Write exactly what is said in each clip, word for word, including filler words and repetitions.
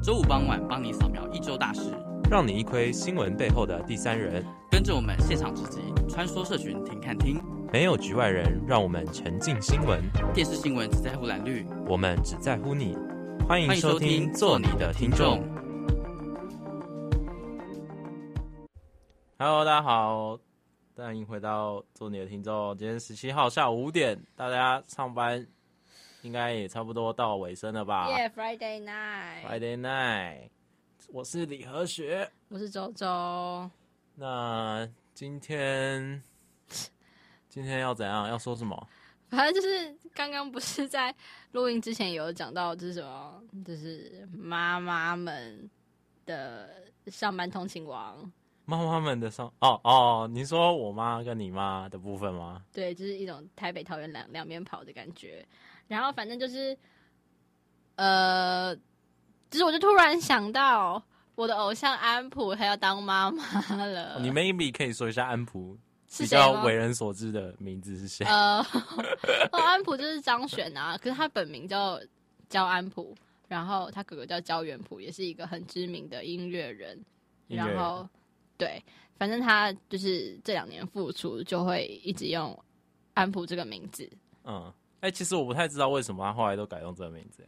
周五傍晚帮你扫描一周大事， 让你一窥新闻背后的第三人。 跟着我们现场直击，穿梭社群听看听， 没有局外人，让我们沉浸新闻。 电视新闻只在乎蓝绿， 我们只在乎你。欢迎收听，做你的听众。Hello， 大家好，欢迎回到做你的听众。今天十七号下午五点，大家上班应该也差不多到尾声了吧 Yeah, Friday night. Friday night， 我是李和学， 我是周周。 那今天今天要怎样？要说什么？ 反正就是刚刚不是在录音之前有讲到，就是什么，就是妈妈们的上班通勤王。 妈妈们的上哦哦，你说我妈跟你妈的部分吗？ 对，就是一种台北桃园两两边跑的感觉。然后反正就是，呃，就是我就突然想到，我的偶像安普她要当妈妈了。 哦、你 maybe 可以说一下安普比是谁吗？ 较为人所知的名字是谁？ 呃，哦，安普就是张悬啊，可是他本名叫焦安普，然后他哥哥叫焦元溥，也是一个很知名的音乐人。 音乐人然后对，反正他就是这两年复出，就会一直用安普这个名字。 嗯，哎、欸，其实我不太知道为什么他后来都改用这个名字。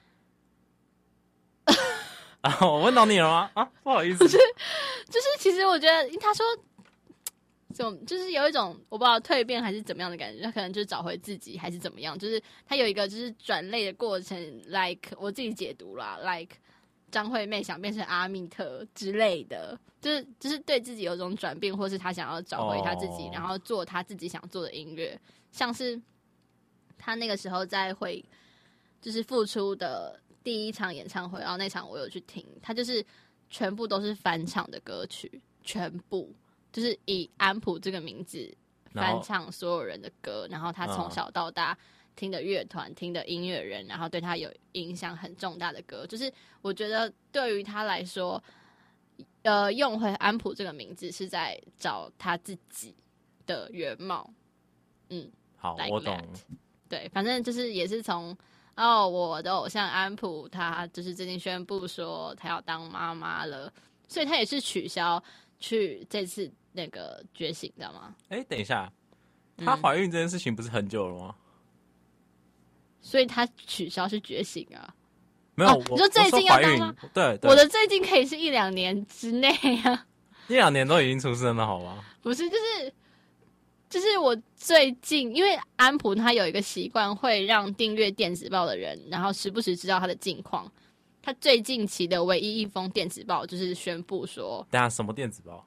啊，我问到你了吗？啊，不好意思， 不是，就是其实我觉得他说。就就是有一种我不知道蜕变还是怎么样的感觉，他可能就是找回自己还是怎么样，就是他有一个就是转类的过程 ，like 我自己解读啦 ，like 张惠妹想变成阿密特之类的，就是就是对自己有种转变，或是他想要找回他自己， oh. 然后做他自己想做的音乐，像是他那个时候在会就是复出的第一场演唱会，然后那场我有去听，他就是全部都是翻唱的歌曲，全部。就是以安普这个名字翻唱所有人的歌，然后他从小到大听的乐团、嗯、听的音乐人，然后对他有影响很重大的歌，就是我觉得对于他来说，呃，用回安普这个名字是在找他自己的原貌。嗯， 好， like、 我懂。 对，反正就是也是从哦，我的偶像安普，他就是最近宣布说他要当妈妈了，所以他也是取消去这次。那个觉醒，知道吗？ 哎、欸，等一下，她怀孕这件事情不是很久了吗？嗯、 所以她取消是觉醒啊？ 没有， 哦、你说最近要当吗？ 对，对， 我的最近可以是一两年之内啊， 一两年都已经出生了，好吗？ 不是，就是就是我最近，因为安普他有一个习惯，会让订阅电子报的人，然后时不时知道他的近况。他最近期的唯一一封电子报就是宣布说， 等一下什么电子报？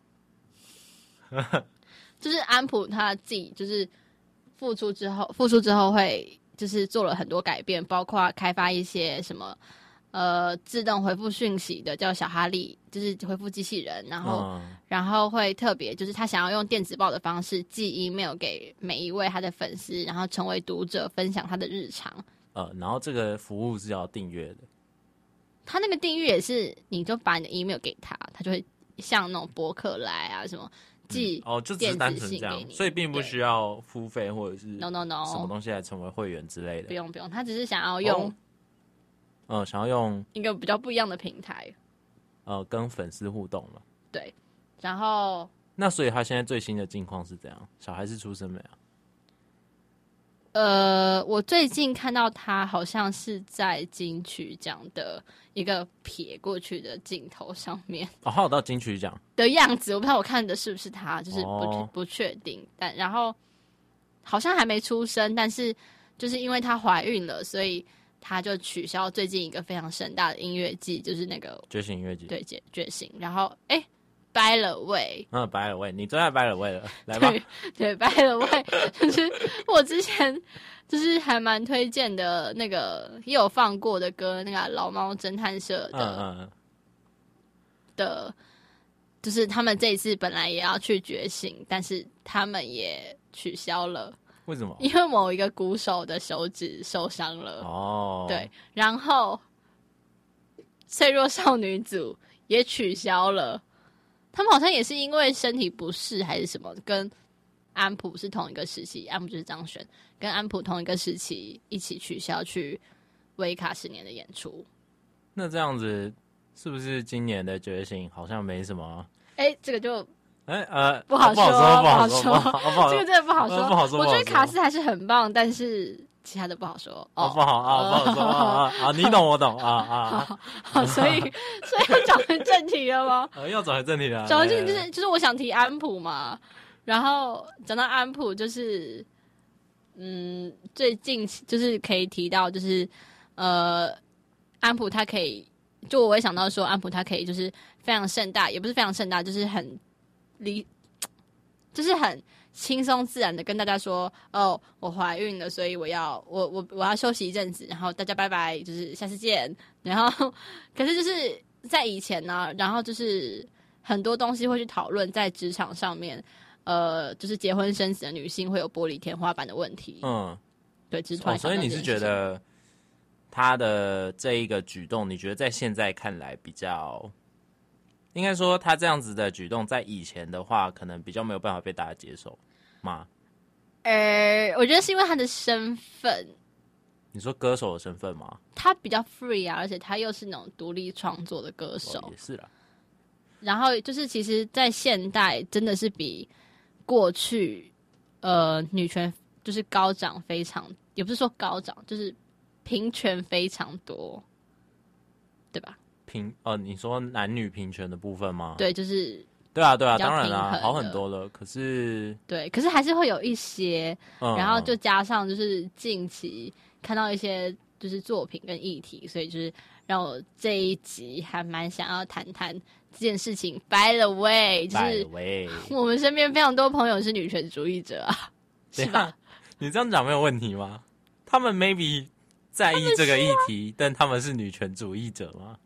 就是安普他自己就是复出之后，复出之后会就是做了很多改变，包括开发一些什么呃自动回复讯息的叫小哈利，就是回复机器人，然后、嗯、然后会特别就是他想要用电子报的方式寄 email 给每一位他的粉丝，然后成为读者分享他的日常。 呃，然后这个服务是要订阅的。 他那个订阅也是，你就把你的 email 给他，他就会像那种博客来啊什么。寄哦，就只是单纯这样，所以并不需要付费或者是 no no no 什么东西来成为会员之类的。 不用不用，他只是想要用， 嗯、哦呃，想要用一个比较不一样的平台， 呃，跟粉丝互动嘛。 对，然后那所以他现在最新的近况是怎样？小孩是出生没啊？ 呃，我最近看到他好像是在金曲奖的一个撇过去的镜头上面。 哦，他有到金曲奖的样子，我不知道我看的是不是他，就是不、 哦、 不确定。但然后好像还没出生，但是就是因为她怀孕了，所以他就取消最近一个非常盛大的音乐季，就是那个觉醒音乐季。 对，觉觉醒。然后哎。By the way， 嗯 ，By the way， 你最爱 By the way 了，来吧。 对对 ，By the way， 就是我之前就是还蛮推荐的那个也有放过的歌，那个老猫侦探社的， 嗯嗯的，就是他们这一次本来也要去觉醒，但是他们也取消了。 为什么？ 因为某一个鼓手的手指受伤了。 哦， 对，然后脆弱少女组也取消了。他们好像也是因为身体不适还是什么，跟安普是同一个时期，安普就是张悬，跟安普同一个时期一起取消去威卡十年的演出。 那这样子是不是今年的觉醒好像没什么？ 哎、欸，这个就哎、欸、呃不好说， 不好说， 不好说， 这个真的不好说， 不好说。 我觉得卡斯还是很棒，但是其他的不好说。哦， 不好啊，不好说啊啊！你懂我懂啊啊！ 好，所以所以要转回正题了吗？ 呃，要转回正题了。 转回正题就是就是我想提安普嘛，然后讲到安普就是。嗯，最近就是可以提到，就是呃，安普他可以，就我会想到说，安普他可以就是非常盛大，也不是非常盛大，就是很离，就是很轻松自然的跟大家说，哦，我怀孕了，所以我要我我我要休息一阵子，然后大家拜拜，就是下次见。然后，可是就是在以前呢，然后就是很多东西会去讨论在职场上面。呃，就是结婚生子的女性会有玻璃天花板的问题。嗯，对，只是突然想到这件事情。 哦，所以你是觉得他的这一个举动，你觉得在现在看来比较，应该说他这样子的举动，在以前的话，可能比较没有办法被大家接受吗？ 呃，我觉得是因为他的身份。 你说歌手的身份吗？ 他比较 free 啊，而且他又是那种独立创作的歌手。 哦，也是啦。 然后就是，其实，在现代真的是比。过去，呃，女权就是高涨非常，也不是说高涨，就是平权非常多，对吧？ 平哦，你说男女平权的部分吗？ 对，就是对啊，对啊，当然啦，好很多了。可是， 对，可是还是会有一些， 嗯、 然后就加上就是近期看到一些就是作品跟议题，所以就是让我这一集还蛮想要谈谈。这件事情 ，by the way， 就是我们身边非常多朋友是女权主义者啊，是吧？ 你这样讲没有问题吗？他们 maybe 在意这个议题，但他们是女权主义者吗？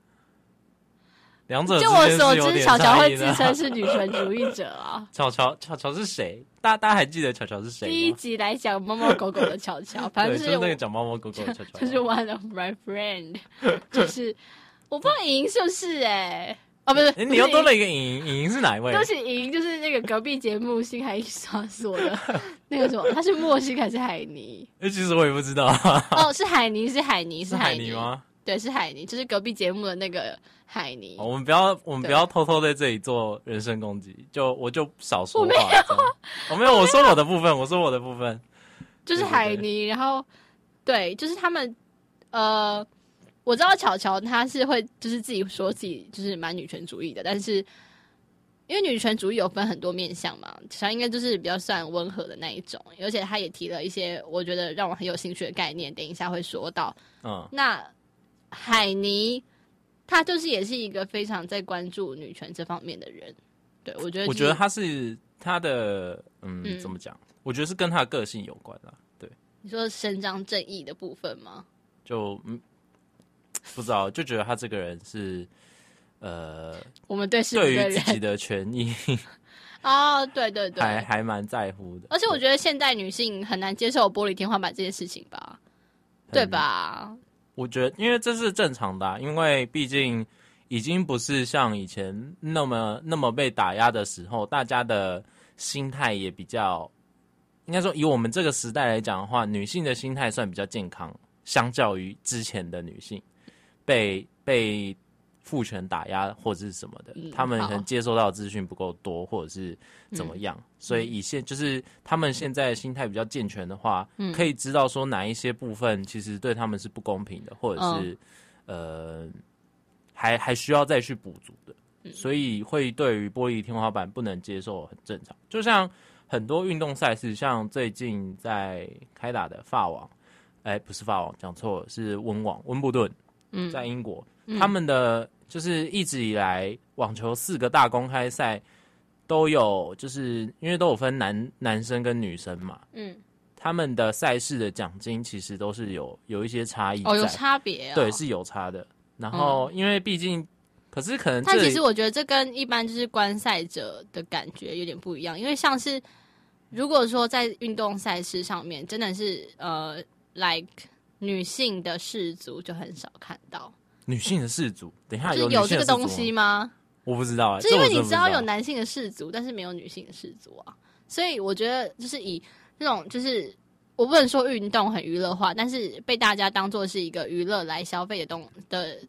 两者就我所知，巧巧会自称是女权主义者啊。 巧巧，巧巧是谁？大家大家还记得巧巧是谁吗？ 第一集来讲猫猫狗狗的巧巧，反正就是那个讲猫猫狗狗的巧巧， 就是 one of my friend， 就是我不知道莹是不是哎、欸。哦，不是， 欸、你又多了一个莹莹，莹是哪一位？ 都是莹，就是那个隔壁节目星海一刷所的那个什么，他是莫星还是海尼？ 哎、欸，其实我也不知道。 哦，是海尼，是海尼，是海尼吗？ 对，是海尼，就是隔壁节目的那个海尼。 哦、我们不要，我们不要偷偷在这里做人身攻击，就我就少说话。 我没有， 我没有，我说我的部分，我说我的部分， 就是海尼，对对对，然后对，就是他们呃。我知道巧巧她是会就是自己说自己就是蛮女权主义的，但是因为女权主义有分很多面向嘛，她应该就是比较算温和的那一种，而且她也提了一些我觉得让我很有兴趣的概念，等一下会说到。嗯，那海尼她就是也是一个非常在关注女权这方面的人，对我觉得、就是、 我觉得她是她的嗯, 嗯怎么讲？我觉得是跟她的个性有关啦。对， 你说伸张正义的部分吗？ 就嗯。不知道，就觉得他这个人是，呃， 我们对对于自己的权益哦，对对对， 还还蛮在乎的。 而且我觉得现代女性很难接受玻璃天花板这件事情吧，对吧？ 我觉得，因为这是正常的、啊，因为毕竟已经不是像以前那么那么被打压的时候，大家的心态也比较，应该说以我们这个时代来讲的话，女性的心态算比较健康，相较于之前的女性。被被父权打压或者是什么的，嗯、他们可能接收到的资讯不够多，或者是怎么样，嗯、所以以现就是他们现在心态比较健全的话，嗯、可以知道说哪一些部分其实对他们是不公平的，或者是、嗯、呃还还需要再去补足的，嗯、所以会对于玻璃天花板不能接受很正常。就像很多运动赛事，像最近在开打的法网，哎、欸，不是法网，讲错了，是温网温布顿。在英国、嗯，他们的就是一直以来网球四个大公开赛都有，就是因为都有分男男生跟女生嘛，嗯，他们的赛事的奖金其实都是有有一些差异， 哦，有差别、哦， 对，是有差的。然后、嗯、因为毕竟，可是可能这， 但其实我觉得这跟一般就是观赛者的感觉有点不一样，因为像是如果说在运动赛事上面，真的是呃 ，like。女性的氏族就很少看到。 女性的氏族，等一下有有这个东西吗？ 我不知道、欸， 是因为你知道有男性的氏族，但是没有女性的氏族啊。所以我觉得就是以这种，就是我不能说运动很娱乐化，但是被大家当作是一个娱乐来消费的东的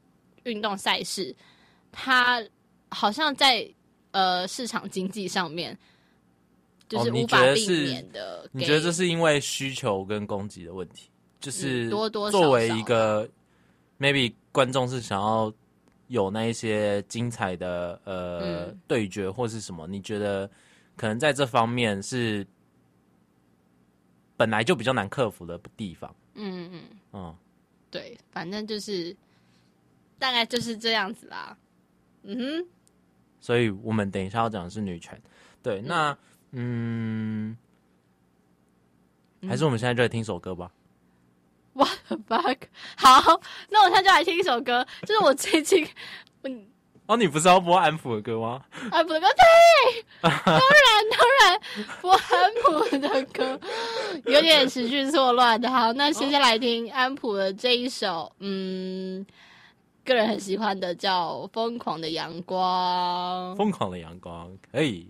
运动赛事，它好像在呃市场经济上面，就是无法避免的、哦。 你觉得这是因为需求跟供给的问题？就是多多少少作为一个 maybe 观众是想要有那一些精彩的呃、嗯、对决或是什么？你觉得可能在这方面是本来就比较难克服的地方？嗯嗯嗯， 对，反正就是大概就是这样子啦。嗯哼， 所以我们等一下要讲的是女权。对，那嗯，还是我们现在就来听首歌吧。 What the fuck？ 好，那我现在就来听一首歌，就是我最近，嗯， 哦，你不是要播安普的歌吗？ 安普的歌，对，当然当然播安普的歌，有点时序错乱的。好，那接下来听安普的这一首，嗯，个人很喜欢的叫《疯狂的阳光》。 疯狂的阳光，可以。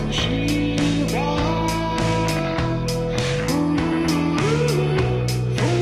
疯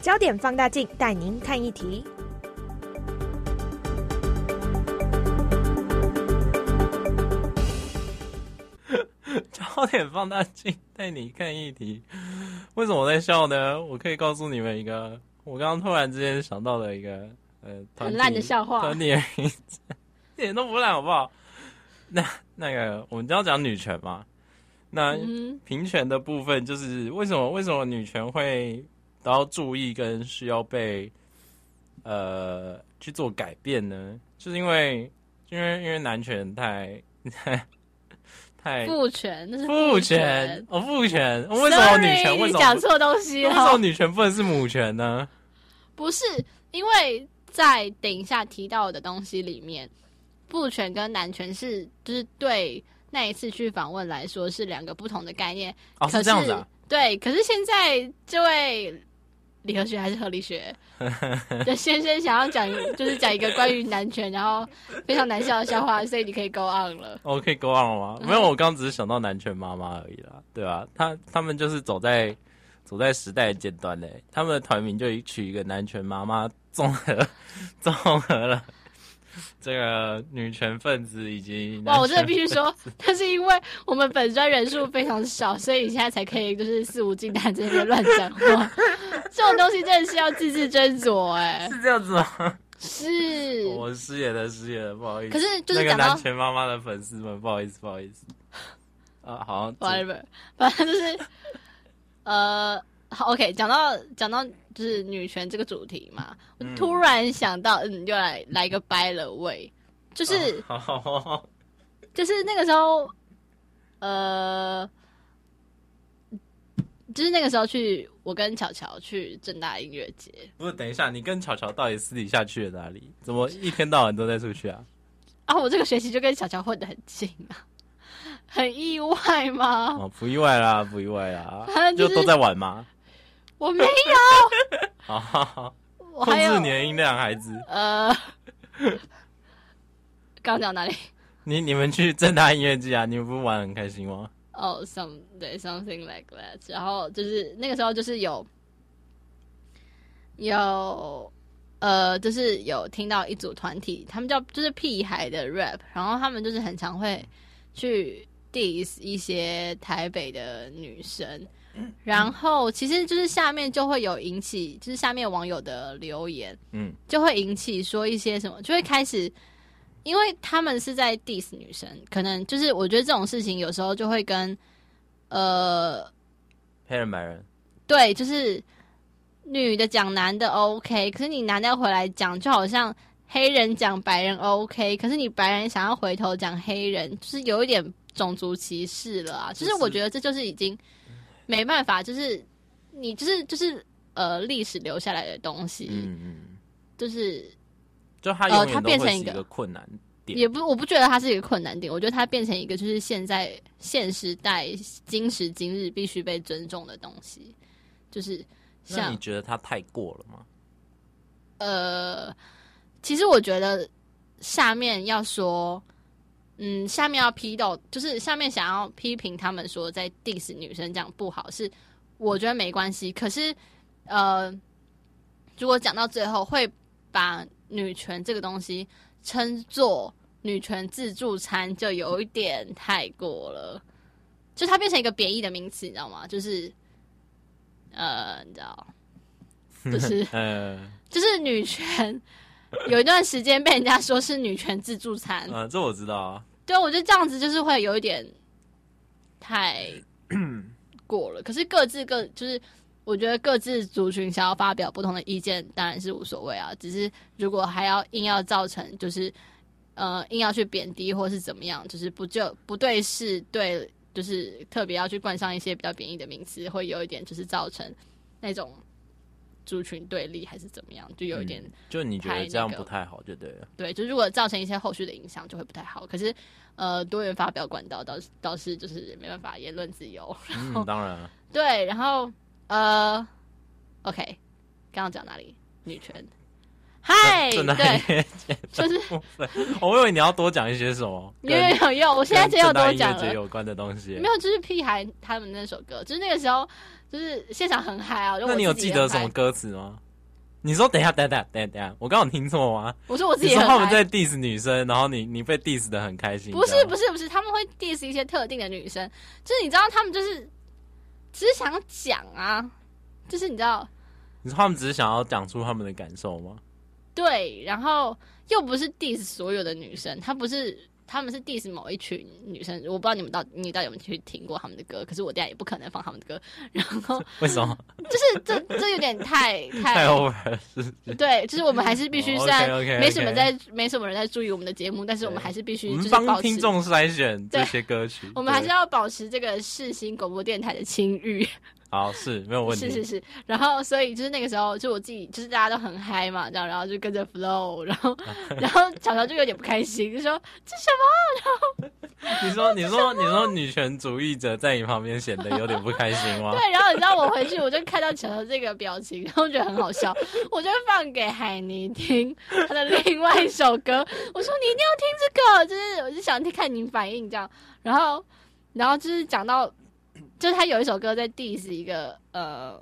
焦点放大镜带您看议题。 焦点放大镜带你看议题。为什么我在笑呢？我可以告诉你们一个，我刚刚突然之间想到的一个呃很烂的笑话， 团体的名字，一点都不烂，好不好？那那个我们要讲女权嘛，那平权的部分就是为什么为什么女权会得到注意跟需要被呃去做改变呢？就是因为因为因为男权太太父权，那是父权哦，父权，为什么女权为什么讲错东西了？ 为什么女权不能是母权呢？ 不是，因为在等一下提到的东西里面，父权跟男权是就是对那一次去访问来说是两个不同的概念。 哦，是这样子啊。 对，可是现在这位理合学还是合理学的先生想要讲，就是讲一个关于男权，然后非常难笑的笑话，所以你可以 go on 了。 我、哦、可以 go on 了吗？没有，我刚刚只是想到男权妈妈而已啦，对吧？他他们就是走在走在时代的尖端嘞，他们的团名就取一个男权妈妈，综合综合了这个女权分子以及哇，我真的必须说，但是因为我们本专人数非常少，所以现在才可以就是肆无忌惮这边乱讲话。这种东西真的是要字字斟酌，哎， 是这样子吗？ 是， 我失言了，失言了，不好意思。 可是就是那个男权妈妈的粉丝们，不好意思，不好意思。啊，好 ，whatever， 反正就是呃。好 ，OK， 讲到讲到就是女权这个主题嘛，我突然想到，嗯，又来来一个掰了位，就是， 哦、 就是那个时候，呃，就是那个时候去，我跟巧巧去政大音乐节。 不是，等一下，你跟巧巧到底私底下去了哪里？怎么一天到晚都在出去啊？ 啊，我这个学期就跟巧巧混得很近啊。很意外吗？ 哦，不意外啦，不意外啦， 就, 是、就都在玩吗？ 我没有。 好好好，控制你的音量，孩子。呃， 刚讲哪里？ 你你们去政大音乐季啊？你们不是玩很开心吗？ 哦、oh, ，some 对 something like that。然后就是那个时候就是有有呃，就是有听到一组团体，他们叫就是屁孩的 rap， 然后他们就是很常会去 diss 一些台北的女生。然后其实就是下面就会有引起，就是下面网友的留言，嗯，就会引起说一些什么，就会开始，因为他们是在 diss 女生，可能就是我觉得这种事情有时候就会跟呃黑人白人， 对，就是女的讲男的 OK， 可是你男的要回来讲，就好像黑人讲白人 OK， 可是你白人想要回头讲黑人，就是有一点种族歧视了啊，就是我觉得这就是已经。没办法，就是你就是就是呃历史留下来的东西，嗯嗯，就是就它永远都会是一个困难点， 也不我不觉得它是一个困难点，我觉得它变成一个就是现在现时代今时今日必须被尊重的东西，就是像那你觉得它太过了吗？ 呃，其实我觉得下面要说。嗯，下面要批斗，就是下面想要批评他们说在 diss 女生这样不好，是我觉得没关系。可是，呃，如果讲到最后会把女权这个东西称作女权自助餐，就有一点太过了，就它变成一个贬义的名词，你知道吗？就是，呃，你知道，就是呃，就是女权。有一段时间被人家说是女权自助餐， 呃，这我知道啊。 对，我觉得这样子就是会有一点太过了。可是各自各就是，我觉得各自族群想要发表不同的意见，当然是无所谓啊。只是如果还要硬要造成就是呃硬要去贬低或是怎么样，就是不就不对事对，就是特别要去冠上一些比较贬义的名词，会有一点就是造成那种。族群对立还是怎么样，就有一点、那個嗯， 就你觉得这样不太好，就对了。 对，就如果造成一些后续的影响，就会不太好。可是，呃，多元发表管道倒是倒是就是没办法，言论自由。 嗯，当然。 对，然后呃 ，OK， 刚刚讲哪里？女权。嗨，对，就是我以为你要多讲一些什么， 有有有有，我现在就要多讲了有关的东西。 没有，就是屁孩他们那首歌，就是那个时候。就是现场很嗨啊！ 那你有记得什么歌词吗？ 你说等一下，等一下，等一下，等一下，我刚刚有听错吗？ 我说我自己你也很嗨。 说他们在 diss 女生，然后你你被 diss 的很开心？ 不是不是不是，他们会 diss 一些特定的女生，就是你知道他们就是只是想讲啊，就是你知道， 你说他们只是想要讲出他们的感受吗？ 对，然后又不是 diss 所有的女生，他不是。他们是 diss 某一群女生，我不知道你们到你到底有没有去听过他们的歌，可是我等一下也不可能放他们的歌。然后为什么？ 就是这这有点太太太 over 了，是不是？ 对，就是我们还是必须， 哦虽然 OK，OK，OK 没什么在没什么人在注意我们的节目，但是我们还是必须我们就是保持帮听众筛选这些歌曲， 我们还是要保持这个世新广播电台的清誉。 好，是没有问题。 是是是，然后所以就是那个时候，就我自己就是大家都很嗨嘛，这样，然后就跟着 flow， 然后然后巧巧就有点不开心，就说这什么？然后你说你说你说女权主义者在你旁边显得有点不开心吗？ 对，然后你知道我回去我就看到巧巧这个表情，然后觉得很好笑，我就放给海尼听他的另外一首歌，我说你一定要听这个，就是我就想听看你反应这样，然后然后就是讲到。就是他有一首歌在 diss 一个呃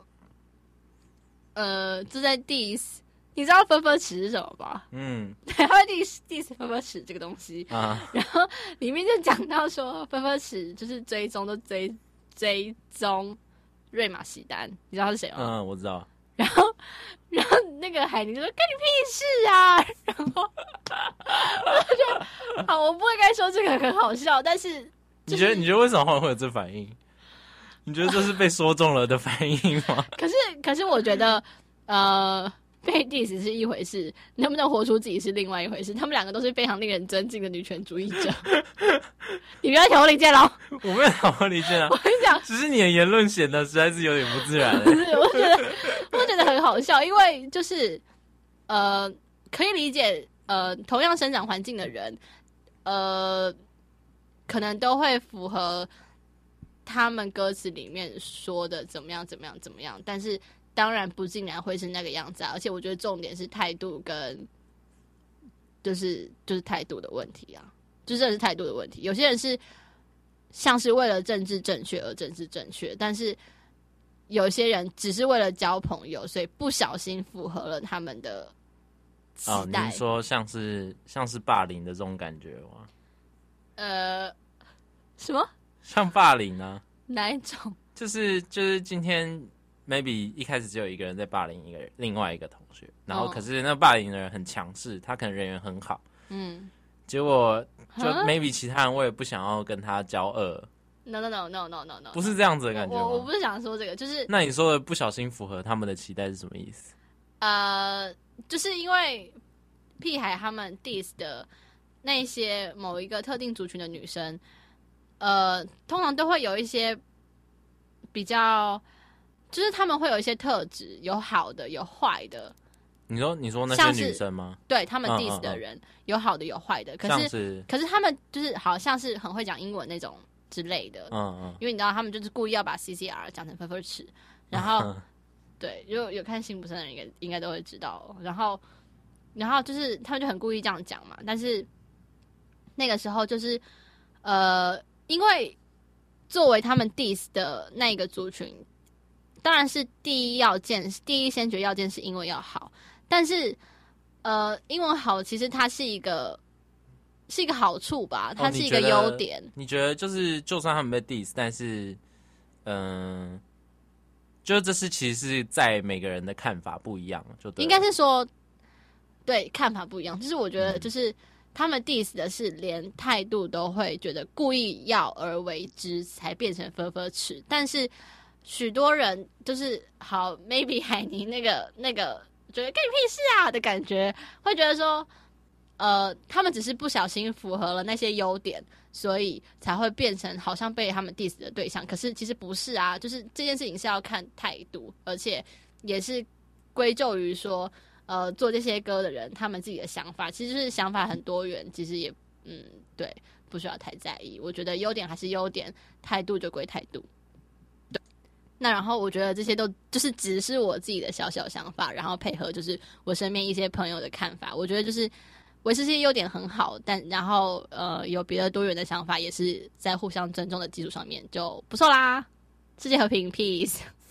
呃，就在 diss， 你知道分分尺是什么吗？嗯，对，他会 diss diss 分分尺这个东西啊，然后里面就讲到说分分尺就是追踪都追追踪瑞玛西丹，你知道他是谁吗？ 嗯，我知道。 然后然后那个海宁就说干你屁事啊，然后我就觉得好，我不应该说这个很好笑，但是、就是、 你觉得你觉得为什么会有这反应？你觉得这是被说中了的反应吗？ 可是，可是我觉得，呃，被 diss 是一回事，能不能活出自己是另外一回事。他们两个都是非常令人尊敬的女权主义者。你不要挑拨离间喽！ 我没有挑拨离间啊， 我跟你讲， 只是你的言论显得实在是有点不自然、欸。 不是，我觉得，我觉得很好笑，因为就是呃，可以理解，呃，同样生长环境的人，呃，可能都会符合。他们歌词里面说的怎么样怎么样怎么样，但是当然不尽然会是那个样子啊！而且我觉得重点是态度跟就是就是态度的问题啊，就真的是态度的问题。有些人是像是为了政治正确而政治正确，但是有些人只是为了交朋友，所以不小心符合了他们的期待。 哦，你说像是像是霸凌的这种感觉吗？ 呃，什么？ 像霸凌啊？ 哪一种？ 就是就是今天 maybe 一开始只有一个人在霸凌一个人另外一个同学，然后可是那霸凌的人很强势，他可能人缘很好，嗯，结果就 maybe 其他人我也不想要跟他交恶。 No no no no no no no， 不是这样子的感觉吗？ 我我不是想说这个，就是那你说的不小心符合他们的期待是什么意思？ 呃，就是因为屁孩他们 diss 的那些某一个特定族群的女生。呃，通常都会有一些比较，就是他们会有一些特质，有好的，有坏的。 你说，你说那些女生吗？ 对，他们 diss 的人、嗯嗯嗯、有好的，有坏的。可是， 是可是他们就是好像是很会讲英文那种之类的。嗯嗯。因为你知道，他们就是故意要把 C C R 讲成分分尺，然后、嗯、对，如果有看辛普森的人应该应该都会知道。然后，然后就是他们就很故意这样讲嘛。但是那个时候就是呃。因为作为他们 diss 的那一个族群，当然是第一要件，第一先决要件是英文要好，但是呃，英文好其实它是一个是一个好处吧，它是一个优点、哦你。你觉得就是就算他们被 diss， 但是嗯、呃，就这是其实是在每个人的看法不一样，就对应该是说对看法不一样，就是我觉得就是。嗯他们 diss 的是连态度都会觉得故意要而为之，才变成分分尺。但是许多人就是好 ，maybe 海尼那个那个觉得干你屁事啊的感觉，会觉得说，呃，他们只是不小心符合了那些优点，所以才会变成好像被他们 diss 的对象。可是其实不是啊，就是这件事情是要看态度，而且也是归咎于说。呃，做这些歌的人，他们自己的想法其实就是想法很多元，其实也嗯，对，不需要太在意。我觉得优点还是优点，态度就归态度。对，那然后我觉得这些都就是只是我自己的小小想法，然后配合就是我身边一些朋友的看法。我觉得就是维持这些优点很好，但然后呃有别的多元的想法，也是在互相尊重的基础上面就不错啦。世界和平 ，peace。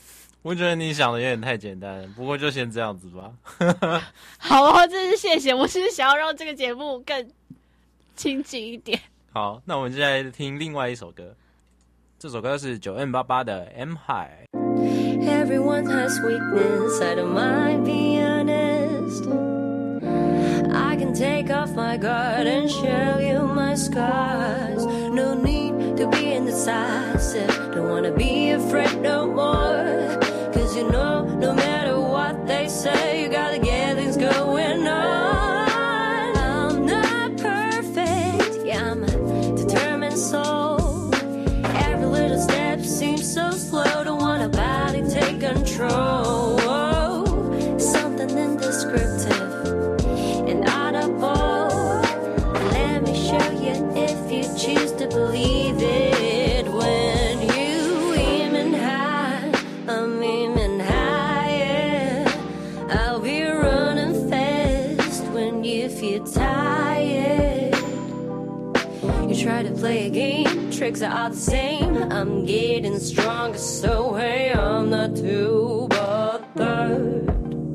我觉得你想的有点太简单了，不过就先这样子吧。 好哦，真是谢谢，我是想要让这个节目更亲近一点。 好，那我们现在听另外一首歌，这首歌是九 N 八八的 M High。Everyone has weakness, I don't mind being honest. I can take off my guard and show you my scars. No need to be indecisive, don't wanna be afraid no more. Cause you know, no matter what they say, you gotta get things going on. I'm not perfect, yeah, I'm a determined soul. Every little step seems so slow, don't want nobody take control. Something indescriptive and audible. Let me show you if you choose to believe it. When you aiming high, I'm aiming higher. I'll be running fast when you feel tired. You try to play a game, tricks are all the same. I'm getting stronger, so hey, I'm not too bothered.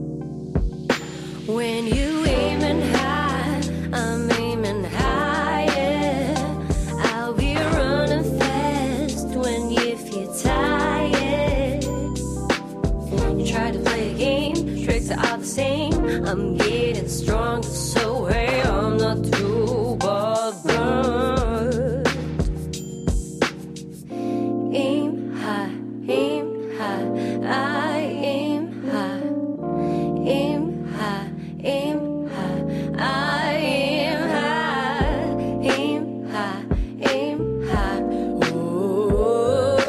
When you aiming high, I'm aiming higher. I'll be running fast when you feel tired. You try to play a game, tricks are all the same. I'm getting stronger, so hey, I'm not too bothered. Aim high, aim high, I aim high, aim high, aim high, I aim high, aim high, aim high. Oh,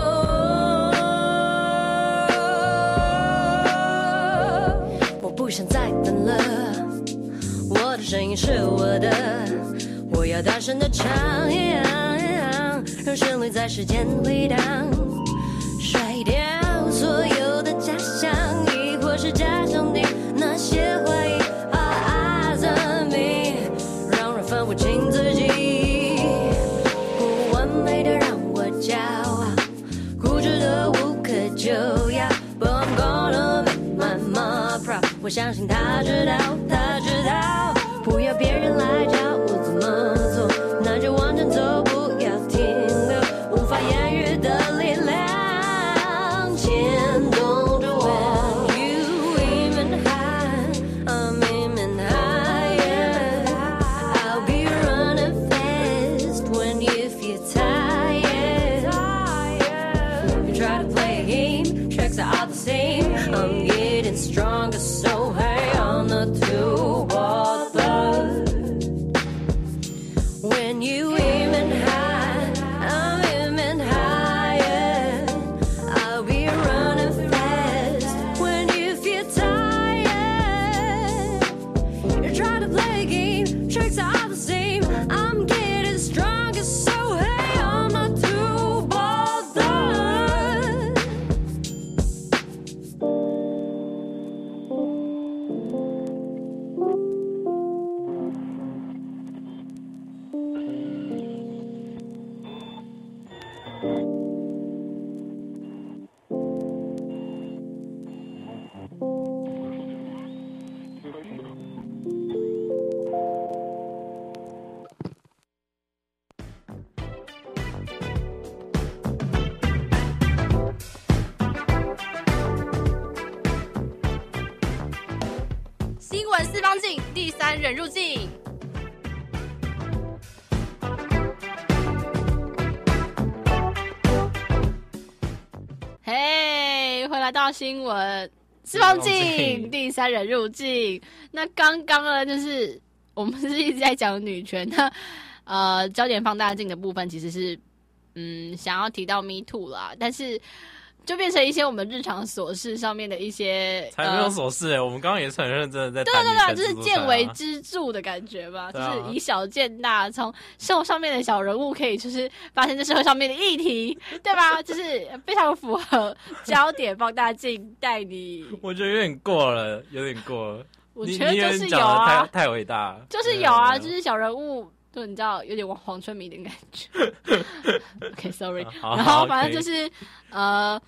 我不想再等了，我的声音是我的，我要大声地唱，让旋律在时间回荡，甩掉所有的假象，亦或是加上你那些怀疑。All eyes on me， 让人分不清自己，不完美的让我骄傲，固执的无可救药。But I'm gonna make my mom proud， 我相信他知道，他知道，不要别人来教我怎么做，那就往前走，不要停留，无法言喻的力量牵动着我。You aiming high, I'm aiming higher. I'll be running fast when you feel tired. You try to play a game, tricks are all the same. I'm getting stronger, so hey, I'm not too bothered. When you aiming high, I'm aiming higher. I'll be running fast when you feel tired. You try to play a game, tricks are all the same. I'm getting stronger, so hey, I'm not too bothered. 新闻四方镜，第三人入境。嘿，回来到新闻四方镜，第三人入境。那刚刚呢，就是我们是一直在讲女权，那呃，焦点放大镜的部分其实是嗯想要提到 Me Too 啦，但是就变成一些我们日常琐事上面的一些， 才没有琐事哎、欸，我们刚刚也是很认真的在对谈。 对对，就是见微知著的感觉吧， 对啊、 就是以小见大，从生活上面的小人物可以就是发现这社会上面的议题，对吧？就是非常符合焦点放大镜带你。 我觉得有点过了，有点过了。 我觉得就是有啊， 啊， 太太伟大了， 就是有啊，就是小人物。就你知道有点黄春明的感觉。OK，sorry、okay, 然后反正就是呃，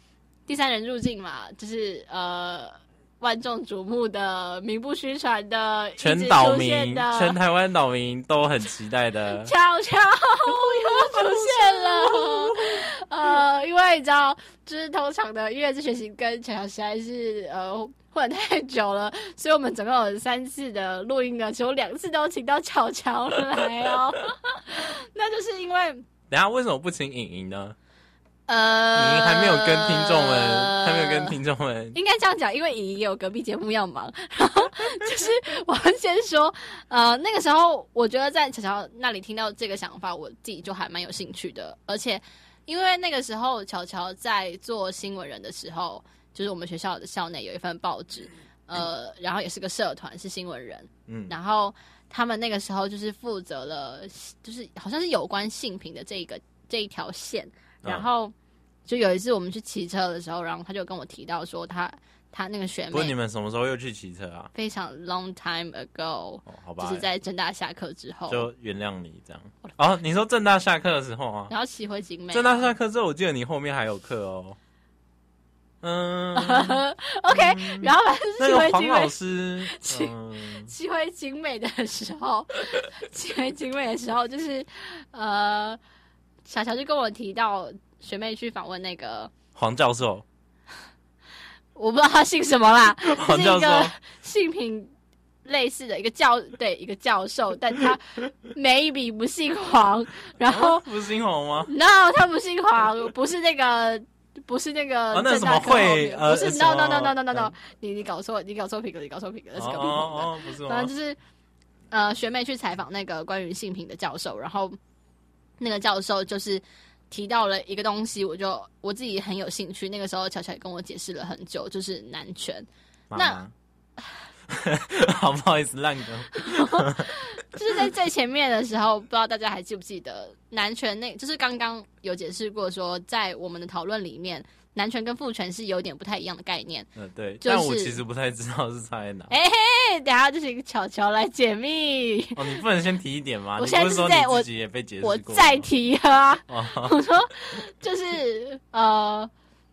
第三人入境嘛，就是呃万众瞩目的、名不虚传的、 全岛民、 的全台湾岛民都很期待的巧巧又出现了。呃，因为你知道，就是通常的音乐自学习跟巧巧实在是呃混太久了，所以我们总共有三次的录音呢，只有两次都请到巧巧来哦。那就是因为， 等一下为什么不请颖颖呢？ 呃， 颖颖还没有跟听众们，还没有跟听众们， 应该这样讲，因为颖颖也有隔壁节目要忙。然后就是我要先说，呃，那个时候我觉得在巧巧那里听到这个想法，我自己就还蛮有兴趣的。而且因为那个时候巧巧在做新闻人的时候，就是我们学校的校内有一份报纸，呃，然后也是个社团，是新闻人，嗯，然后他们那个时候就是负责了，就是好像是有关性平的这一个这一条线。然后就有一次我们去骑车的时候，然后他就跟我提到说他他那个学妹， 不过你们什么时候又去骑车啊？ 非常 long time ago，、哦、 好吧， 就是在政大下课之后， 就原谅你这样。哦，你说政大下课的时候啊， 然后骑回景美、啊。 政大下课之后，我记得你后面还有课哦。嗯 ，OK，、嗯、然后反正骑回景美， 那个黄老师骑骑、嗯、回景美的时候，骑回景美的时候，就是呃。小乔就跟我提到学妹去访问那个黄教授， 我不知道他姓什么啦， 黄教授是一个性平类似的一个教对一个教授，但他 maybe 不姓黄，然后、 哦、不姓黄吗 ？No， 他不姓黄，不是那个不是那个、 哦、那什么会不是、呃、no no no no no no no，、嗯、你你搞错你搞错评了，你搞错评了，那是隔壁棚的， 哦哦不是吗？ 反正就是呃学妹去采访那个关于性平的教授，然后。那个教授就是提到了一个东西，我就我自己很有兴趣。那个时候巧巧也跟我解释了很久，就是男权。 妈妈那好不好意思，烂梗。 就是在最前面的时候，不知道大家还记不记得男权那？就是刚刚有解释过说，在我们的讨论里面，男权跟父权是有点不太一样的概念。 嗯，对。 就是、 但我其实不太知道是差在哪。 哎、欸、嘿，等一下就是一个巧巧来解密。 哦，你不能先提一点吗？ 我现在就是在我自己也被解释过， 我再提啊。 哦、 我说就是呃。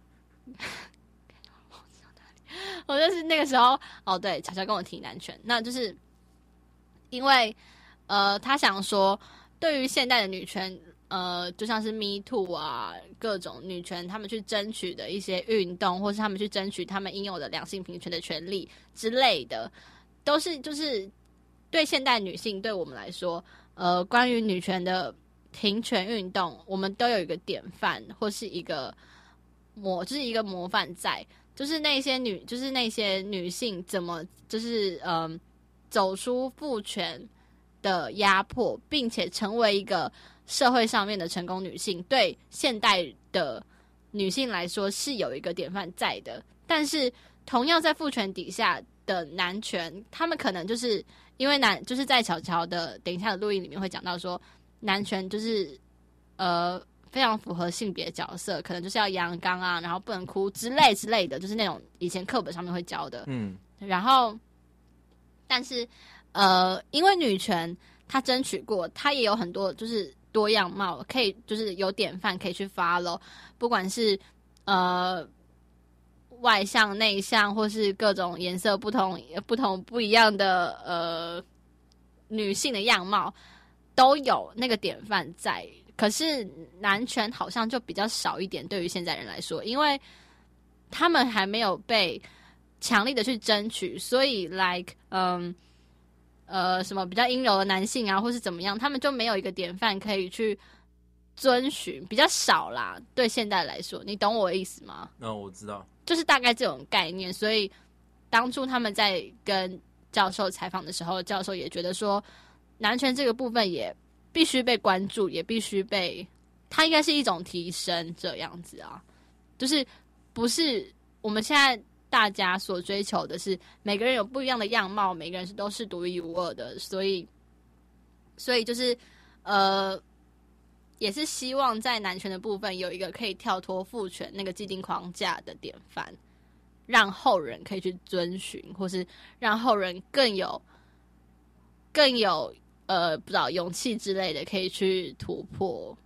我就是那个时候哦，对，巧巧跟我提男权，那就是因为呃，他想说，对于现代的女权，呃，就像是 Me Too 啊，各种女权，他们去争取的一些运动，或是他们去争取他们应有的两性平权的权利之类的，都是就是对现代女性，对我们来说，呃，关于女权的平权运动，我们都有一个典范或是一个模，就是一个模范在。就是那些女，就是那些女性怎么，就是嗯、呃，走出父权的压迫，并且成为一个社会上面的成功女性，对现代的女性来说是有一个典范在的。但是同样在父权底下的男权，他们可能就是因为男，就是在巧巧的等一下的录音里面会讲到说，男权就是呃。非常符合性别角色，可能就是要阳刚啊，然后不能哭之类之类的，就是那种以前课本上面会教的。嗯，然后，但是呃，因为女权她争取过，她也有很多就是多样貌，可以就是有典范可以去 follow， 不管是呃外向、内向，或是各种颜色不同、不同不一样的呃女性的样貌，都有那个典范在。可是男权好像就比较少一点，对于现在人来说，因为他们还没有被强力的去争取，所以 like 嗯呃什么比较阴柔的男性啊，或是怎么样，他们就没有一个典范可以去遵循，比较少啦。对现代来说，你懂我的意思吗？ 哦，我知道， 就是大概这种概念。所以当初他们在跟教授采访的时候，教授也觉得说，男权这个部分也必须被关注，也必须被，它应该是一种提升，这样子啊，就是不是我们现在大家所追求的是每个人有不一样的样貌，每个人是都是独一无二的，所以，所以就是呃，也是希望在男权的部分有一个可以跳脱父权那个既定框架的典范，让后人可以去遵循，或是让后人更有更有。呃，不知道勇气之类的，可以去突破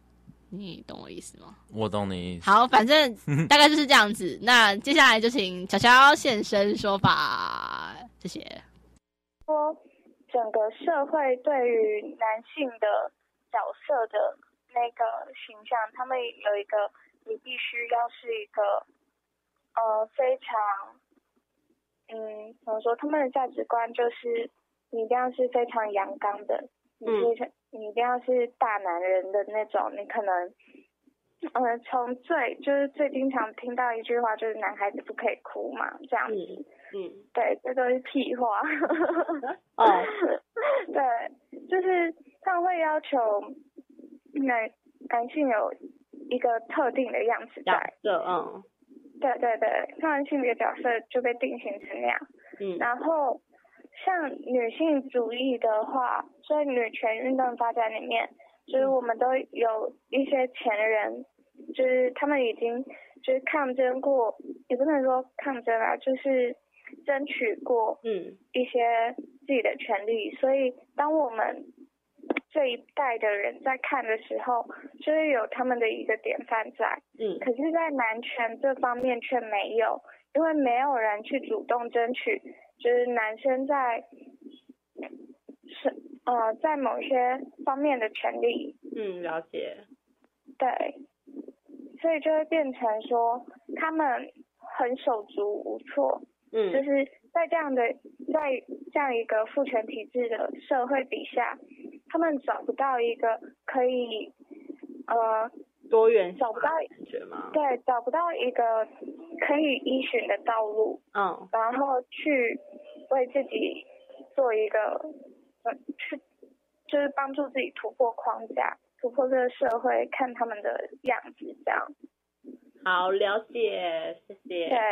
你懂我意思吗？ 我懂你意思。 好，反正大概就是这样子。那接下来就请乔乔现身说法，谢谢。 说整个社会对于男性的角色的那个形象，他们有一个，你必须要是一个呃非常嗯怎么说，他们的价值观就是你一定要是非常阳刚的，你是、嗯、你一定要是大男人的那种，你可能呃从最就是最经常听到一句话就是男孩子不可以哭嘛，这样子。嗯嗯，对，这都是屁话。哦，对，就是他们会要求男男性有一个特定的样子在。角色，嗯。对对对，他们性别角色就被定型成那样。嗯。然后像女性主义的话，所以女权运动发展里面，就是我们都有一些前人，就是他们已经就是抗争过，也不能说抗争啊，就是争取过嗯一些自己的权利，所以当我们这一代的人在看的时候，就是有他们的一个典范在。嗯。可是，在男权这方面却没有，因为没有人去主动争取，就是男生在是呃在某些方面的权利。嗯，了解。对，所以就会变成说他们很手足无措。嗯，就是在这样的在这样一个父权体制的社会底下，他们找不到一个可以呃多元找不到感觉吗？对，找不到一个可以依循的道路。嗯，然后去为自己做一个呃去就是帮助自己突破框架，突破这个社会看他们的样子这样。好，了解，谢谢。对。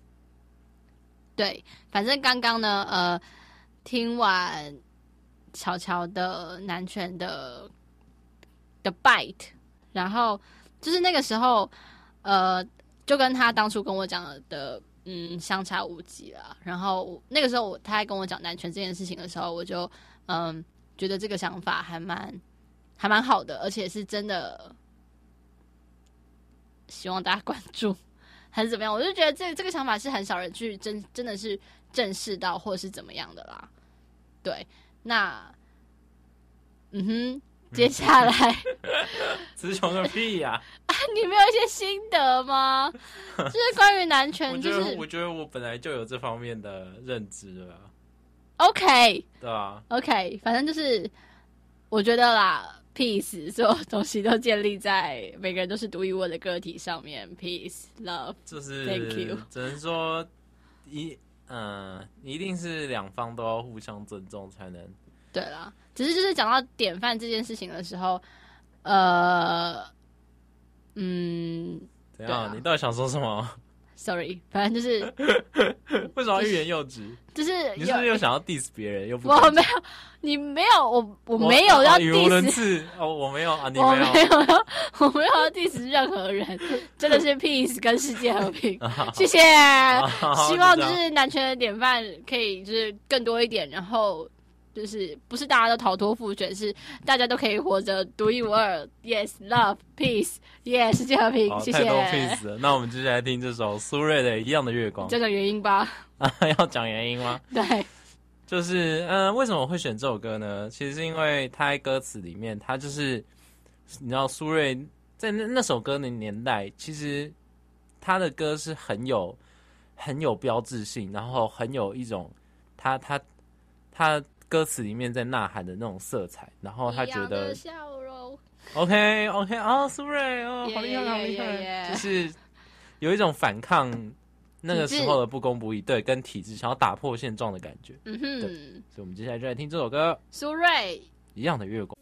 对，反正刚刚呢，呃，听完乔乔的男权的的 bite， 然后就是那个时候，呃，就跟他当初跟我讲的，嗯，相差无几啦。然后那个时候他在跟我讲男权这件事情的时候，我就嗯觉得这个想法还蛮还蛮好的，而且是真的希望大家关注。还是怎么样？我就觉得这这个想法是很少人去真真的是正视到，或者是怎么样的啦。对，那嗯哼，接下来词穷个屁呀、 啊！你没有一些心得吗？就是关于男权，就是我觉得我觉得我本来就有这方面的认知了。 OK， 对啊 ，OK， 反正就是我觉得啦。Peace， 所有东西都建立在每个人都是独一无二的个体上面。Peace, love， 就是 Thank you。 只能说一嗯、呃，一定是两方都要互相尊重才能。 对啦，只是就是讲到典范这件事情的时候，呃，嗯， 怎样？啊、你到底想说什么 ？Sorry， 反正就是为什么要欲言又止？ 就是你是不是又想要 diss 别人？又不我没有，你没有，我我没有要 diss， 语无伦次哦，我没有啊，你没有，我没有要，我没有要 diss 任何人，真的是 peace 跟世界和平，谢谢。希望就是男权的典范可以就是更多一点，然后就是不是大家都逃脱父权，是大家都可以活着独一无二。Yes, love, peace, yes， 世界和平，谢谢。 太多 peace 了，那我们接下来听这首苏芮的《一样的月光》。 讲讲原因吧。 啊，要讲原因吗？ 对， 就是嗯、呃，为什么我会选这首歌呢？其实是因为他在歌词里面，他就是你知道苏芮在那那首歌的年代，其实他的歌是很有很有标志性，然后很有一种他他他歌词里面在呐喊的那种色彩，然后他觉得 OK OK 哦，苏芮哦，好厉害，好厉害，就是有一种反抗。那个时候的不公不义，对，跟体制想要打破现状的感觉，嗯哼，对，所以我们接下来就来听这首歌， 苏芮一样的月光。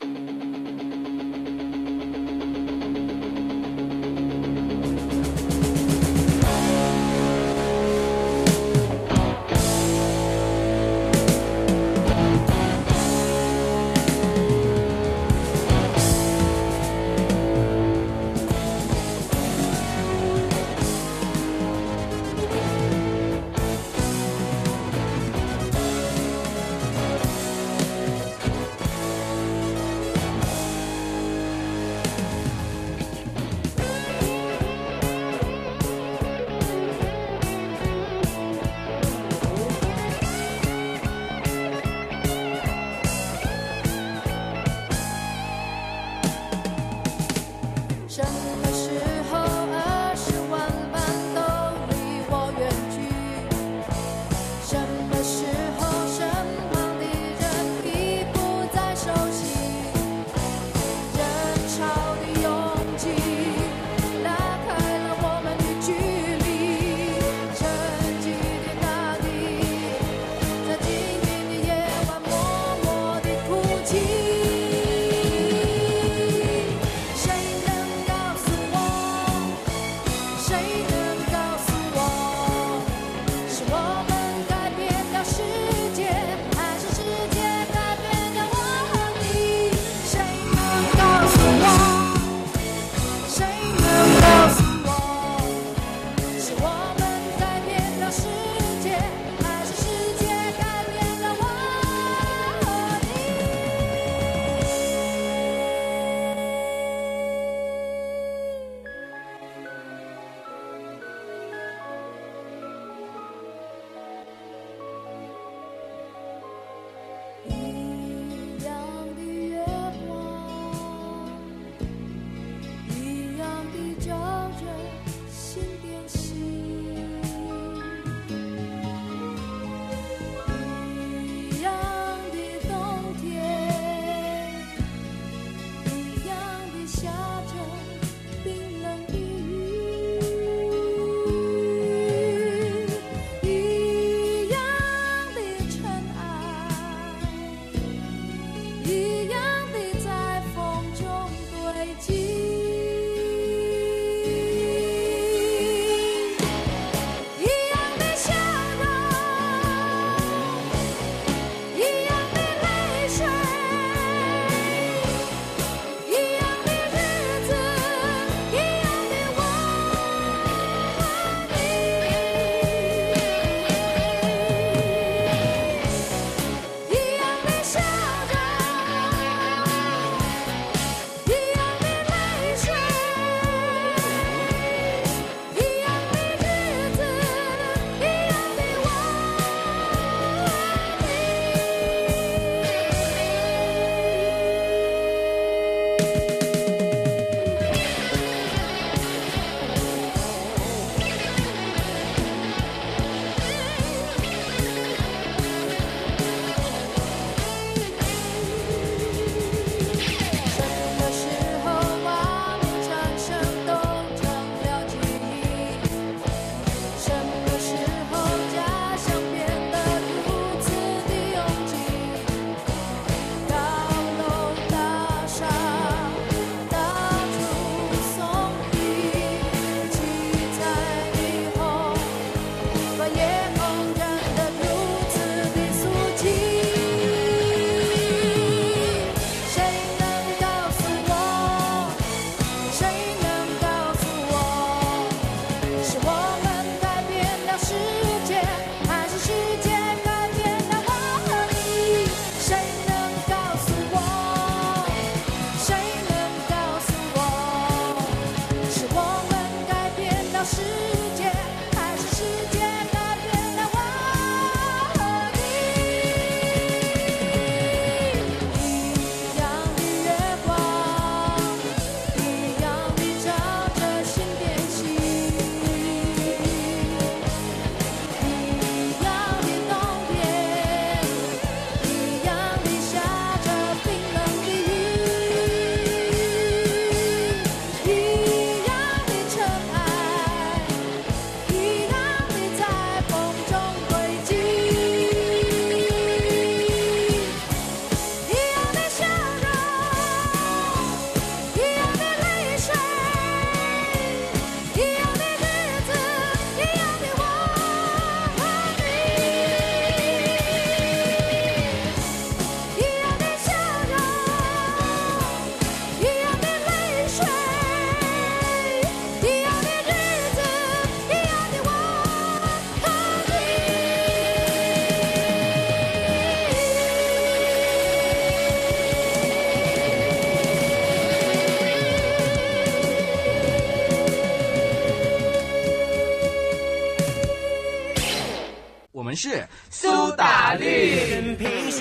是苏打绿，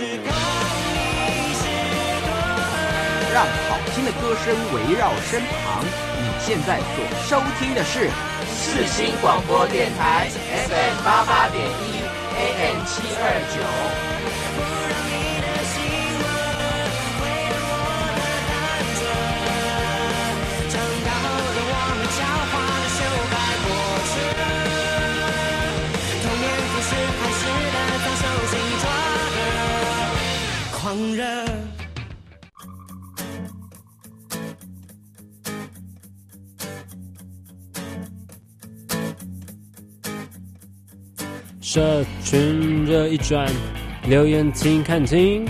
让好听的歌声围绕身旁。你现在所收听的是世新广播电台 F M 八八点一 A M 七二九。狂热社群热一转，留言听看听。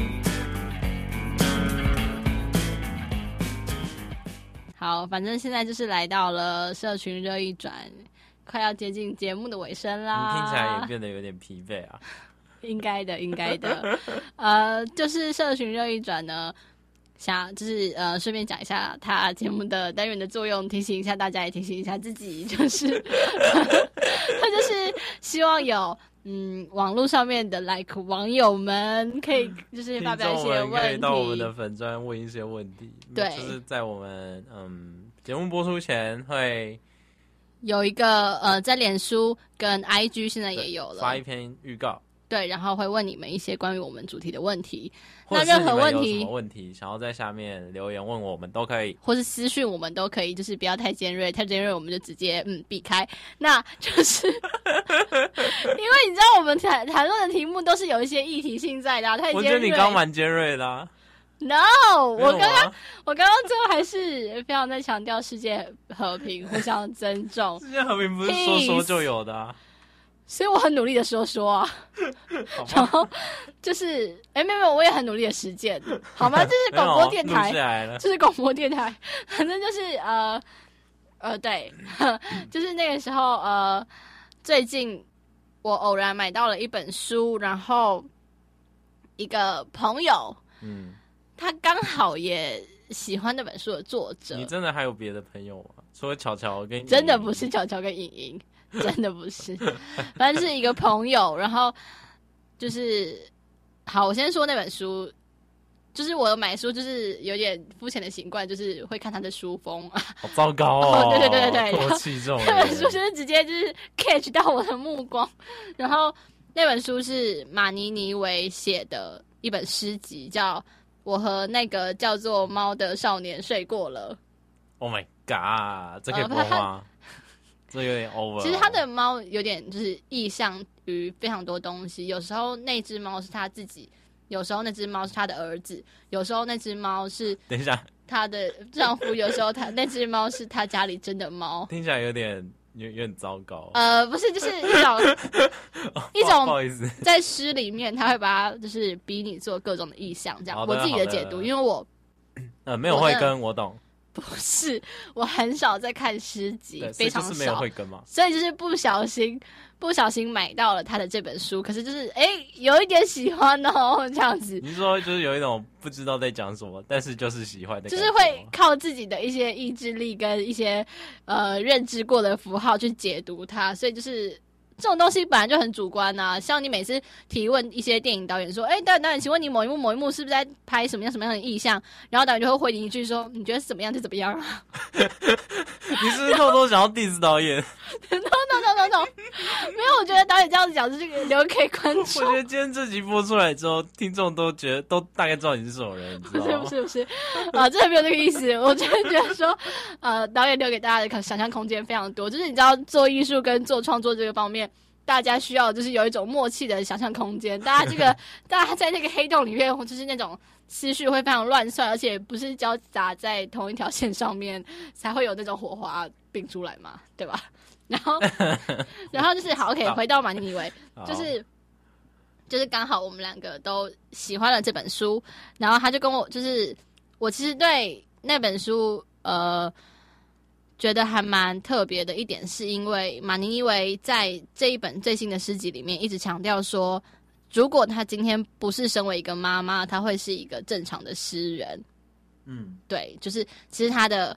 好，反正现在就是来到了社群热一转，快要接近节目的尾声啦。 你听起来也变得有点疲惫啊。 应该的，应该的。呃，就是社群热一转呢，想就是呃，顺便讲一下他节目的单元的作用，提醒一下大家，也提醒一下自己，就是他就是希望有嗯网络上面的 like 网友们可以就是发表一些问题， 可以到我们的粉专问一些问题。 对， 就是在我们嗯节目播出前会有一个呃，在脸书跟 I G 现在也有了发一篇预告。 对，然后会问你们一些关于我们主题的问题， 或者是那任何问你们有题什么问题想要在下面留言问我们都可以， 或是私讯我们都可以，就是不要太尖锐，太尖锐我们就直接嗯避开。那就是因为你知道我们谈谈论的题目都是有一些议题性在的、啊，太尖锐。 我觉得你刚蛮尖锐的、啊。 No， 我刚刚我刚刚最后还是非常在强调世界和平，互相尊重。 世界和平不是说说就有的啊。 所以我很努力的说说啊，然后就是，哎、欸，没有没有，我也很努力的实践，好吗？这是广播电台，这是广播电台，反正就是呃呃，对，就是那个时候呃，最近我偶然买到了一本书，然后一个朋友，嗯，他刚好也喜欢那本书的作者。 你真的还有别的朋友吗？除了巧巧跟真的不是巧巧跟莹莹。真的不是，反正是一个朋友，然后就是好，我先说那本书，就是我买书就是有点肤浅的习惯，就是会看他的书封， 好糟糕哦！ 对对对对对， 唾弃这种人。 那本书就是直接就是 catch 到我的目光，然后那本书是马尼尼维写的一本诗集，叫《我和那个叫做猫的少年睡过了》。 Oh my god， 这可以播吗？呃这有点 over。 其实他的猫有点就是意象于非常多东西，有时候那只猫是他自己，有时候那只猫是他的儿子，有时候那只猫是等一下他的丈夫，有时候他那只猫是他家里真的猫。 听起来有点有有点糟糕。 呃，不是，就是一种一种不好意思， 在诗里面他会把它就是逼你做各种的意象，这样我自己的解读，因为我呃没有慧根，我懂。 不是，我很少在看诗集，非常少， 就是没有慧根嘛， 所以就是不小心不小心买到了他的这本书，可是就是哎、欸、有一点喜欢哦，这样子。 你是说就是有一种不知道在讲什么，但是就是喜欢的感觉， 就是会靠自己的一些意志力跟一些呃认知过的符号去解读它，所以就是这种东西本来就很主观啊。像你每次提问一些电影导演说，哎、欸，导演导演，请问你某一幕某一幕是不是在拍什么样什么样的意象？然后导演就会回你一句说，你觉得是怎么样就怎么样啊。 你是不是偷偷想要 diss 导演 ？No no no no no， 没有，我觉得导演这样子讲就是留给观众。 我觉得今天这集播出来之后，听众都觉得都大概知道你是什么人，你知道吗？ 不是不是不是，啊，真的没有这个意思。我真的觉得说，呃，导演留给大家的想象空间非常多，就是你知道做艺术跟做创作这个方面。大家需要就是有一种默契的想象空间，大家这个大家在那个黑洞里面，就是那种思绪会非常乱窜，而且不是交杂在同一条线上面，才会有那种火花并出来嘛，对吧？然后，然后就是好 ，OK， 回到马尼尼维，就是就是刚好我们两个都喜欢了这本书，然后他就跟我，就是我其实对那本书，呃。觉得还蛮特别的一点，是因为马尼尼维在这一本最新的诗集里面一直强调说，如果他今天不是身为一个妈妈，他会是一个正常的诗人。嗯，对，就是其实他的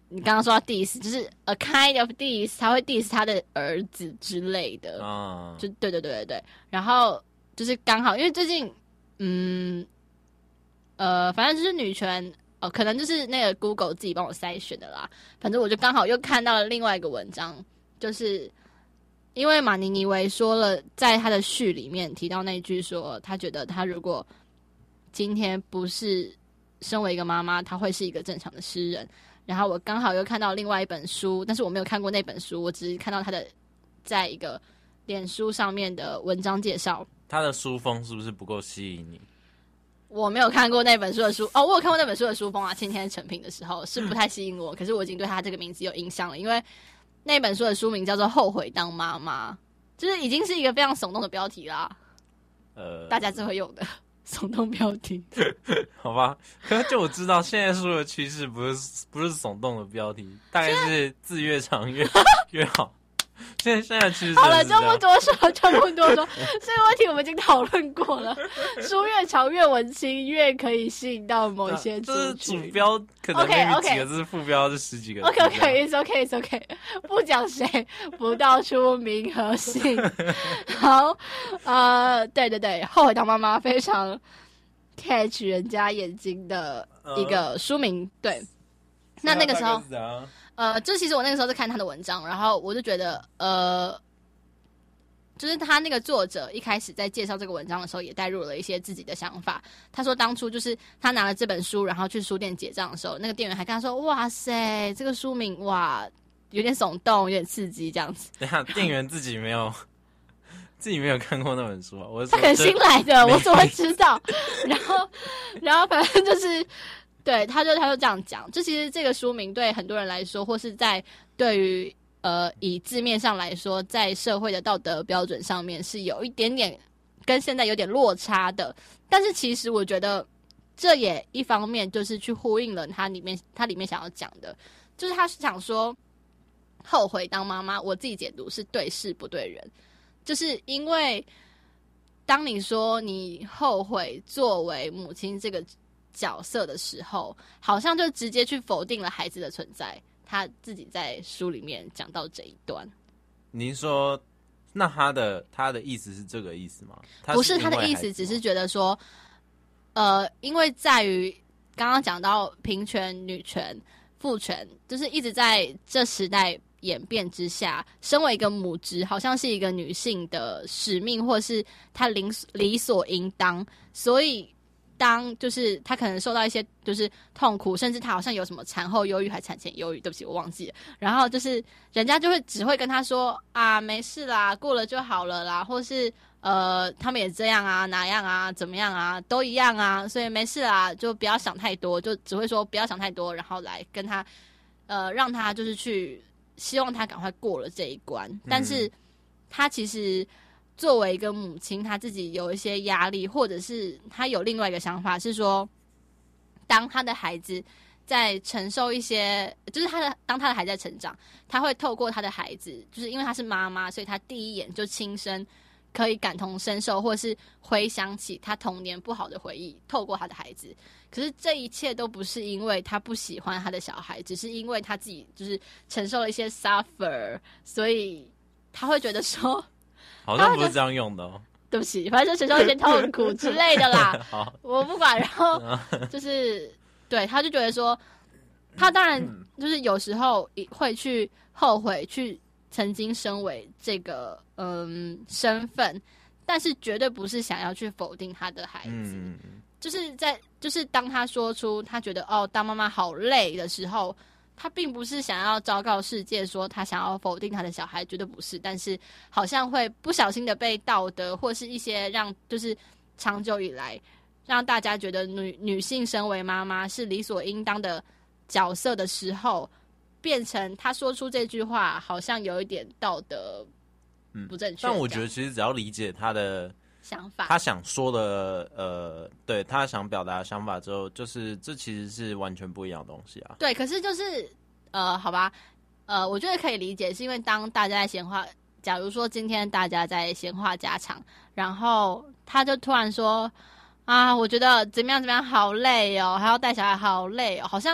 你刚刚说到 diss， 就是 a kind of diss， 他会 diss 他的儿子之类的， 啊， 就对对对对对。然后就是刚好，因为最近，嗯，呃，反正就是女权，哦，可能就是那个 Google 自己帮我筛选的啦。反正我就刚好又看到了另外一个文章，就是因为马尼尼维说了，在他的序里面提到那一句说，他觉得他如果今天不是身为一个妈妈，她会是一个正常的诗人。然后我刚好又看到另外一本书，但是我没有看过那本书，我只是看到他的在一个脸书上面的文章介绍。 他的书风是不是不够吸引你？ 我没有看过那本书的书哦，我有看过那本书的书风啊，今天成品的时候是不太吸引我，可是我已经对他这个名字有印象了，因为那本书的书名叫做《后悔当妈妈》，就是已经是一个非常耸动的标题啦， 呃， 大家最会用的耸动标题。 好吧，可是就我知道，现在书的趋势不是不是耸动的标题，大概是字越长越越好。现在现在趋势好了，就不多说，就不多说。这个问题我们已经讨论过了，书越长越文青，越可以吸引到某一些族就是群。 主标可能 OK， maybe 几个字，副标是十几个字。 OK OK it's OK it's OK， 不讲谁，不道出名和姓。好，呃，对对对，后悔当妈妈非常 catch 人家眼睛的一个书名，对。那那个时候，呃，就其实我那个时候是看他的文章，然后我就觉得，呃，就是他那个作者一开始在介绍这个文章的时候，也带入了一些自己的想法。他说当初就是他拿了这本书，然后去书店结账的时候，那个店员还跟他说：“哇塞，这个书名哇，有点耸动，有点刺激，这样子。” 等一下，店员自己没有自己没有看过那本书啊，我他很新来的，我怎么会知道？然后，然后反正就是。对，他就他就这样讲，就其实这个书名对很多人来说，或是在对于呃以字面上来说，在社会的道德标准上面是有一点点跟现在有点落差的。但是其实我觉得这也一方面就是去呼应了他里面他里面想要讲的，就是他是想说后悔当妈妈，我自己解读是对事不对人，就是因为当你说你后悔作为母亲这个角色的时候，好像就直接去否定了孩子的存在。他自己在书里面讲到这一段。 您说，那他的他的意思是这个意思吗？他是不是他的意思，只是觉得说，呃，因为在于刚刚讲到平权、女权、父权，就是一直在这时代演变之下，身为一个母职，好像是一个女性的使命，或是她理理所应当，所以。当就是他可能受到一些就是痛苦，甚至他好像有什么产后忧郁还产前忧郁，对不起我忘记了。然后就是人家就会只会跟他说啊没事啦，过了就好了啦，或是呃他们也这样啊哪样啊怎么样啊都一样啊，所以没事啦，就不要想太多，就只会说不要想太多，然后来跟他呃让他就是去希望他赶快过了这一关。但是他其实。作为一个母亲，她自己有一些压力，或者是她有另外一个想法，是说，当她的孩子在承受一些，就是她的当她的孩子在成长，她会透过她的孩子，就是因为她是妈妈，所以她第一眼就亲身可以感同身受，或是回想起她童年不好的回忆，透过她的孩子。可是这一切都不是因为她不喜欢她的小孩，只是因为她自己就是承受了一些 suffer， 所以她会觉得说。 好像不是这样用的哦。 对不起，反正就承受一些痛苦之类的啦。 好， 我不管。然后就是对，他就觉得说，他当然就是有时候会去后悔，去曾经身为这个嗯身份，但是绝对不是想要去否定他的孩子。嗯、就是在就是当他说出他觉得哦当妈妈好累的时候。他并不是想要昭告世界说他想要否定他的小孩，绝对不是。但是好像会不小心的被道德或是一些让就是长久以来让大家觉得女女性身为妈妈是理所应当的角色的时候，变成他说出这句话好像有一点道德不正确、嗯。 但我觉得其实只要理解他的想法， 他想说的，呃，对他想表达的想法之后，就是这其实是完全不一样的东西啊。 对，可是就是呃，好吧，呃，我觉得可以理解，是因为当大家在闲话，假如说今天大家在闲话家常，然后他就突然说啊，我觉得怎么样怎么样好累哦，还要带小孩好累哦，好像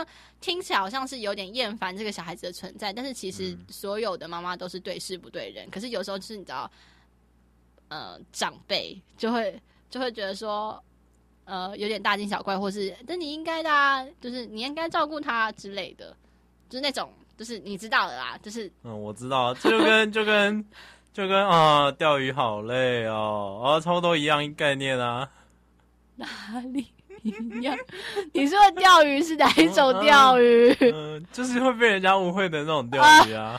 听起来好像是有点厌烦这个小孩子的存在，但是其实所有的妈妈都是对事不对人。可是有时候就是你知道，呃，长辈就会就会觉得说，呃，有点大惊小怪，或是那你应该的啊，就是你应该照顾他之类的，就是那种，就是你知道的啦，就是嗯，我知道，这就跟就跟就跟啊，钓鱼好累哦，啊，差不多一样概念啊。 哪里一样？你说的钓鱼是哪一种钓鱼？ 嗯、呃，就是会被人家误会的那种钓鱼啊。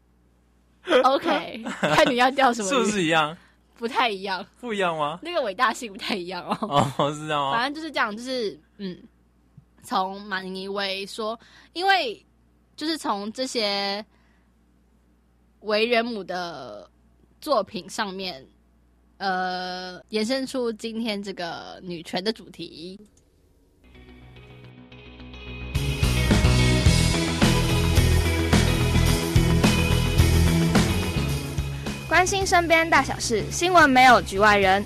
OK， 看你要钓什么鱼， 是不是一样？ 不太一样， 不一样吗？ 那个伟大性不太一样哦。 哦，是这样吗？ 反正就是这样，就是嗯，从马尼维说，因为就是从这些为人母的作品上面。呃，延伸出今天这个女权的主题。 关心身边大小事，新闻没有局外人。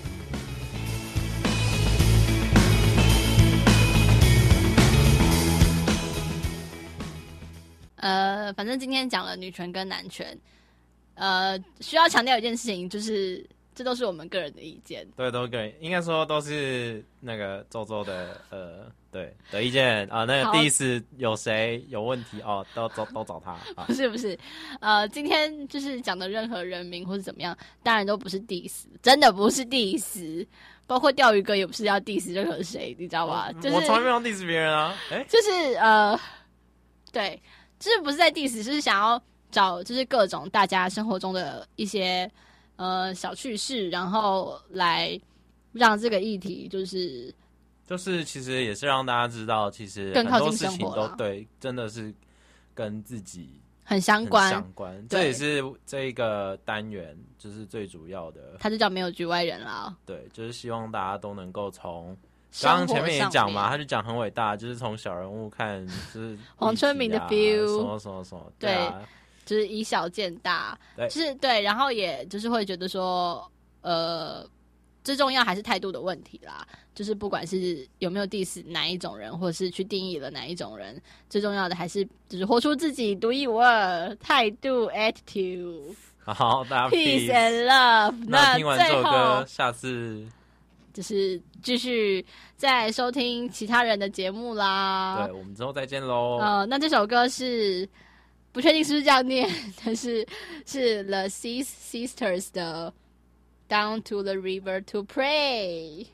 呃，反正今天讲了女权跟男权，呃，需要强调一件事情，就是这都是我们个人的意见。 对，都个人，应该说都是那个周周的呃，对的意见啊、呃。那个第一次有谁有问题哦，都都都找他。啊、 不是不是，呃，今天就是讲的任何人名或是怎么样，当然都不是 diss， 真的不是 diss。包括钓鱼哥也不是要 diss 任何谁，你知道吧？就是、 我从来没有 diss 别人啊。哎、欸， 就是呃，对，就是不是在 diss， 就是想要找就是各种大家生活中的一些。呃，小趣事，然后来让这个议题就是就是其实也是让大家知道，其实很多事情都对，真的是跟自己很相关， 很相关。这也是这一个单元就是最主要的， 它就叫没有局外人啦。 对，就是希望大家都能够从刚刚前面也讲嘛，他就讲很伟大，就是从小人物看，就是黄春明的 view， 什么什么什么， 对。 对啊， 就是以小见大， 对， 就是对，然后也就是会觉得说，呃，最重要还是态度的问题啦。就是不管是有没有 diss 哪一种人，或者是去定义了哪一种人，最重要的还是就是活出自己独一无二态度 attitude。 好，大家 peace and love。 那听完这首歌，下次就是继续再收听其他人的节目啦。 对，我们之后再见喽。 呃，那这首歌是。不确定是不是这样念，但是是 The Sisters 的 Down to the River to Pray。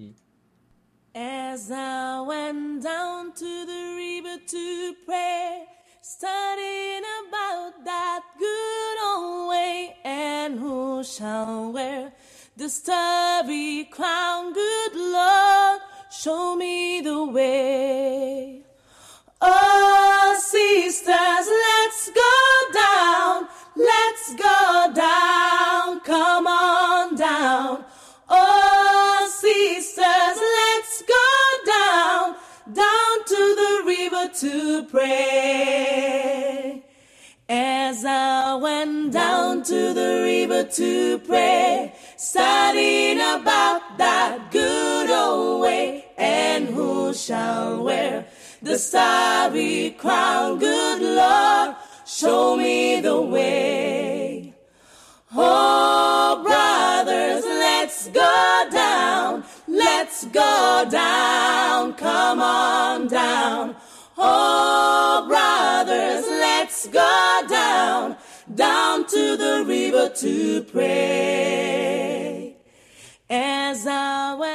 As I went down to the river to pray, studying about that good old way, and who shall wear the starry crown? Good Lord, show me the way.Oh, sisters, let's go down, let's go down, come on down. Oh, sisters, let's go down, down to the river to pray. As I went down to the river to pray, studying about that good old way, and who shall wear?The starry crown, good Lord, show me the way. Oh, brothers, let's go down, let's go down, come on down. Oh, brothers, let's go down, down to the river to pray. As I went